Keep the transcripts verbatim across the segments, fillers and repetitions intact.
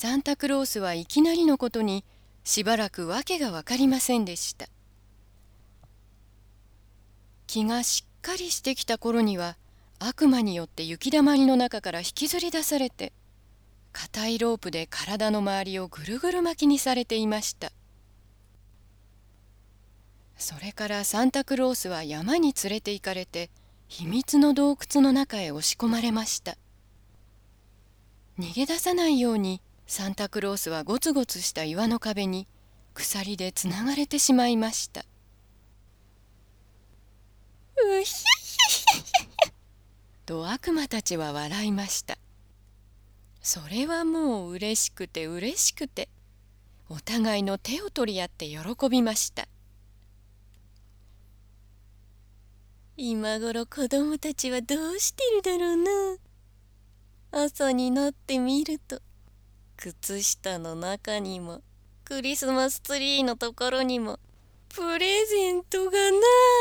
サンタクロースはいきなりのことにしばらくわけがわかりませんでした。気がしっかりしてきた頃には悪魔によって雪だまりの中から引きずり出されて、硬いロープで体の周りをぐるぐる巻きにされていました。それからサンタクロースは山に連れて行かれて秘密の洞窟の中へ押し込まれました。逃げ出さないようにサンタクロースはゴツゴツした岩の壁に鎖でつながれてしまいました。うひゃひゃひゃひゃと悪魔たちは笑いました。それはもう嬉しくて嬉しくて、お互いの手を取り合って喜びました。今頃子供たちはどうしてるだろうな。朝になってみると、靴下の中にもクリスマスツリーのところにもプレゼントがない。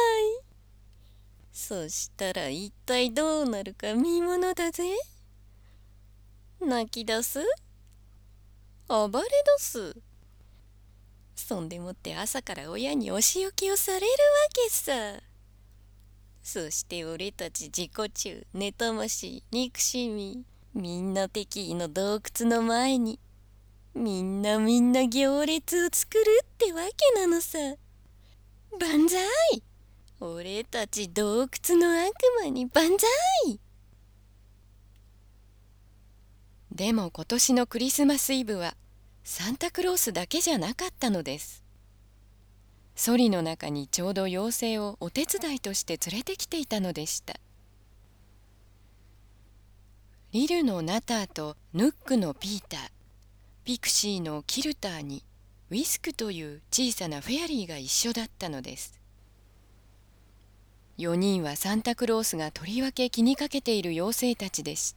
そしたら一体どうなるか見ものだぜ。泣き出す？暴れ出す？そんでもって朝から親にお仕置きをされるわけさ。そして俺たち自己中、妬ましい、憎しみ、みんな敵意の洞窟の前に、みんなみんな行列を作るってわけなのさ。万歳！俺たち洞窟の悪魔に万歳！でも今年のクリスマスイブはサンタクロースだけじゃなかったのです。ソリの中にちょうど妖精をお手伝いとして連れてきていたのでした。リルのナターとヌックのピーター、ピクシーのキルターにウィスクという小さなフェアリーが一緒だったのです。よにんはサンタクロースがとりわけ気にかけている妖精たちでした。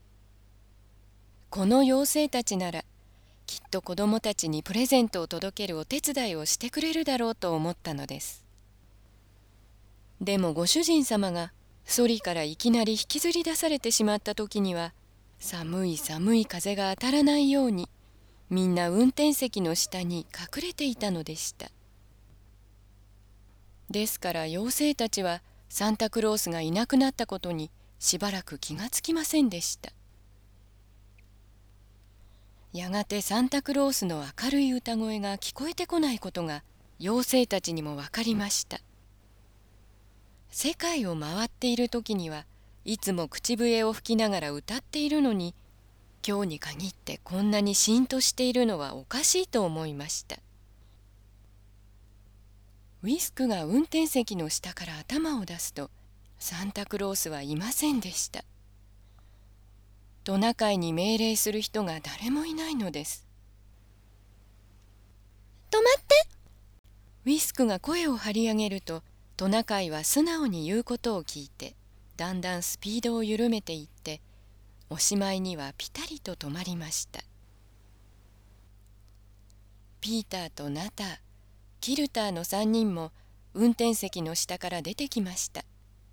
この妖精たちならきっと子供たちにプレゼントを届けるお手伝いをしてくれるだろうと思ったのです。でもご主人様がソリからいきなり引きずり出されてしまった時には、寒い寒い風が当たらないようにみんな運転席の下に隠れていたのでした。ですから妖精たちはサンタクロースがいなくなったことにしばらく気がつきませんでした。やがてサンタクロースの明るい歌声が聞こえてこないことが妖精たちにも分かりました。世界を回っている時にはいつも口笛を吹きながら歌っているのに、今日に限ってこんなにシーンとしているのはおかしいと思いました。ウィスクが運転席の下から頭を出すと、サンタクロースはいませんでした。トナカイに命令する人が誰もいないのです。止まって！ウィスクが声を張り上げると、トナカイは素直に言うことを聞いて、だんだんスピードを緩めていって、おしまいにはピタリと止まりました。ピーターとナター、キルターのさんにんも運転席の下から出てきました。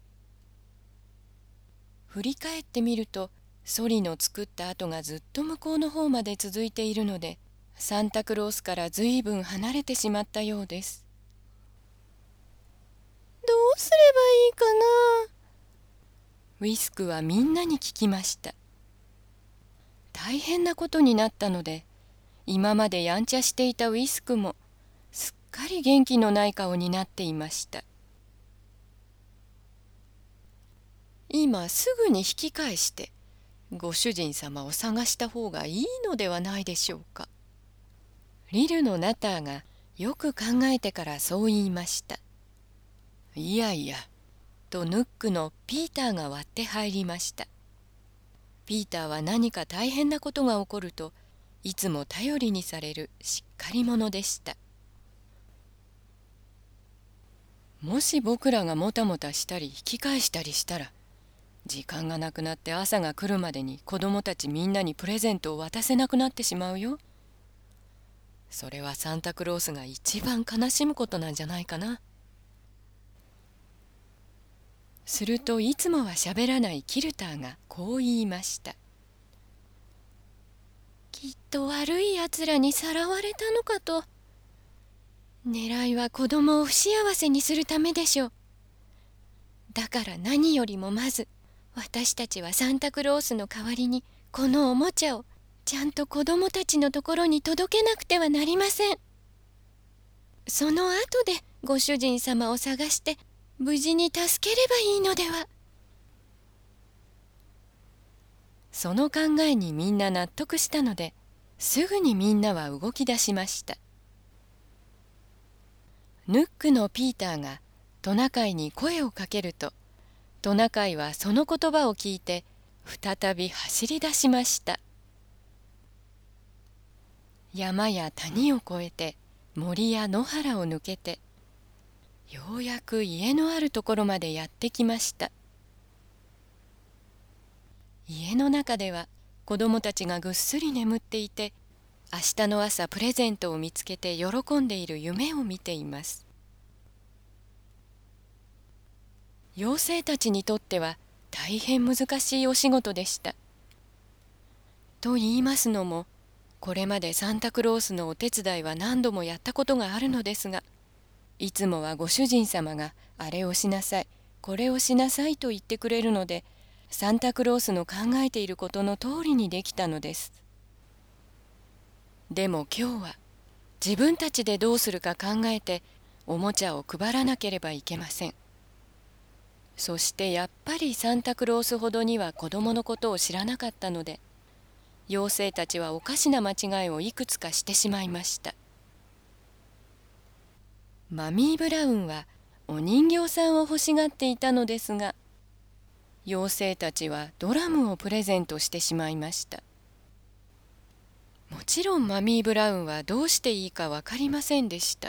振り返ってみると、ソリの作った跡がずっと向こうの方まで続いているので、サンタクロースからずいぶん離れてしまったようです。どうすればいいかな。ウィスクはみんなに聞きました。大変なことになったので、今までやんちゃしていたウィスクもすっかり元気のない顔になっていました。今すぐに引き返してご主人様を探した方がいいのではないでしょうか。リルのナターがよく考えてからそう言いました。いやいや、とヌックのピーターが割って入りました。ピーターは何か大変なことが起こるといつも頼りにされるしっかり者でした。もし僕らがもたもたしたり引き返したりしたら、時間がなくなって朝が来るまでに子供たちみんなにプレゼントを渡せなくなってしまうよ。それはサンタクロースが一番悲しむことなんじゃないかな。するといつもはしゃべらないキルターがこう言いました。 きっと悪いやつらにさらわれたのかと。狙いは子供を不幸せにするためでしょう。だから何よりもまず私たちはサンタクロースの代わりにこのおもちゃをちゃんと子供たちのところに届けなくてはなりません。その後でご主人様を探して無事に助ければいいのでは。その考えにみんな納得したので、すぐにみんなは動き出しました。ヌックのピーターがトナカイに声をかけると、トナカイはその言葉を聞いて再び走り出しました。山や谷を越えて森や野原を抜けて、ようやく家のあるところまでやってきました。家の中では子供たちがぐっすり眠っていて、明日の朝プレゼントを見つけて喜んでいる夢を見ています。妖精たちにとっては大変難しいお仕事でした。と言いますのも、これまでサンタクロースのお手伝いは何度もやったことがあるのですが、いつもはご主人様があれをしなさい、これをしなさいと言ってくれるので、サンタクロースの考えていることの通りにできたのです。でも今日は自分たちでどうするか考えておもちゃを配らなければいけません。そしてやっぱりサンタクロースほどには子供のことを知らなかったので、妖精たちはおかしな間違いをいくつかしてしまいました。マミー・ブラウンはお人形さんを欲しがっていたのですが、妖精たちはドラムをプレゼントしてしまいました。もちろんマミー・ブラウンはどうしていいか分かりませんでした。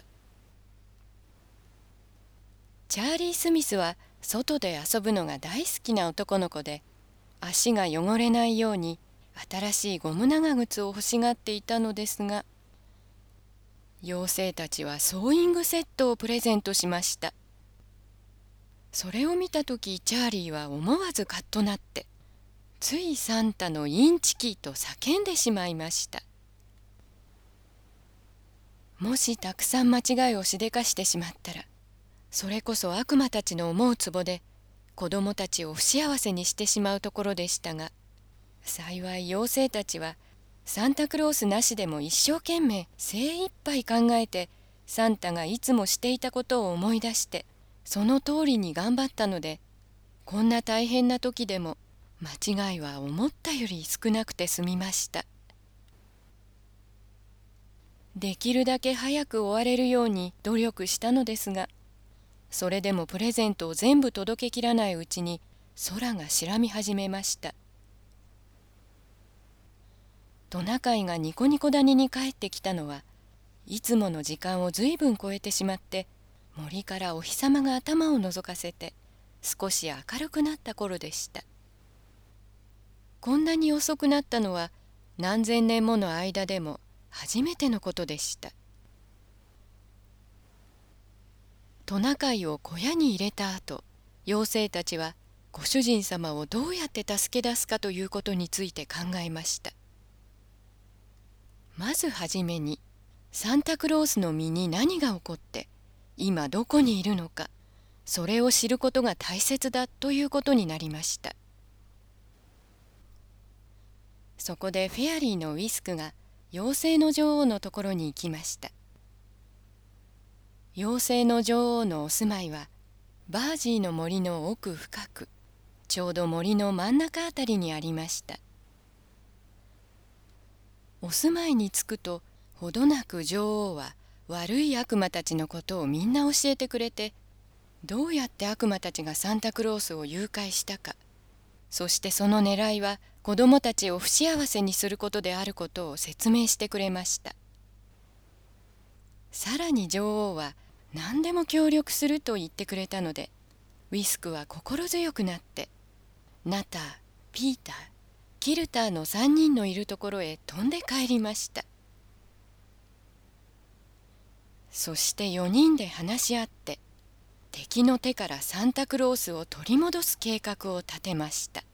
チャーリー・スミスは外で遊ぶのが大好きな男の子で、足が汚れないように新しいゴム長靴を欲しがっていたのですが、妖精たちはソーイングセットをプレゼントしました。それを見たとき、チャーリーは思わずカッとなって、ついサンタのインチキと叫んでしまいました。もしたくさん間違いをしでかしてしまったら、それこそ悪魔たちの思うつぼで子供たちを不幸せにしてしまうところでしたが、幸い妖精たちはサンタクロースなしでも一生懸命精一杯考えて、サンタがいつもしていたことを思い出してその通りに頑張ったので、こんな大変な時でも間違いは思ったより少なくて済みました。できるだけ早く終われるように努力したのですが、それでもプレゼントを全部届けきらないうちに空が白み始めました。トナカイがニコニコ谷に帰ってきたのはいつもの時間をずいぶん超えてしまって、森からお日様が頭をのぞかせて少し明るくなった頃でした。こんなに遅くなったのは何千年もの間でも初めてのことでした。トナカイを小屋に入れた後、妖精たちはご主人様をどうやって助け出すかということについて考えました。まずはじめにサンタクロースの身に何が起こって今どこにいるのか、それを知ることが大切だということになりました。そこでフェアリーのウィスクが妖精の女王のところに行きました。妖精の女王のお住まいはバージーの森の奥深く、ちょうど森の真ん中あたりにありました。お住まいに着くと、ほどなく女王は悪い悪魔たちのことをみんな教えてくれて、どうやって悪魔たちがサンタクロースを誘拐したか、そしてその狙いは子供たちを不幸せにすることであることを説明してくれました。さらに女王は何でも協力すると言ってくれたので、ウィスクは心強くなってナター、ピーター、キルターのさんにんのいるところへ飛んで帰りました。そしてよにんで話し合って敵の手からサンタクロースを取り戻す計画を立てました。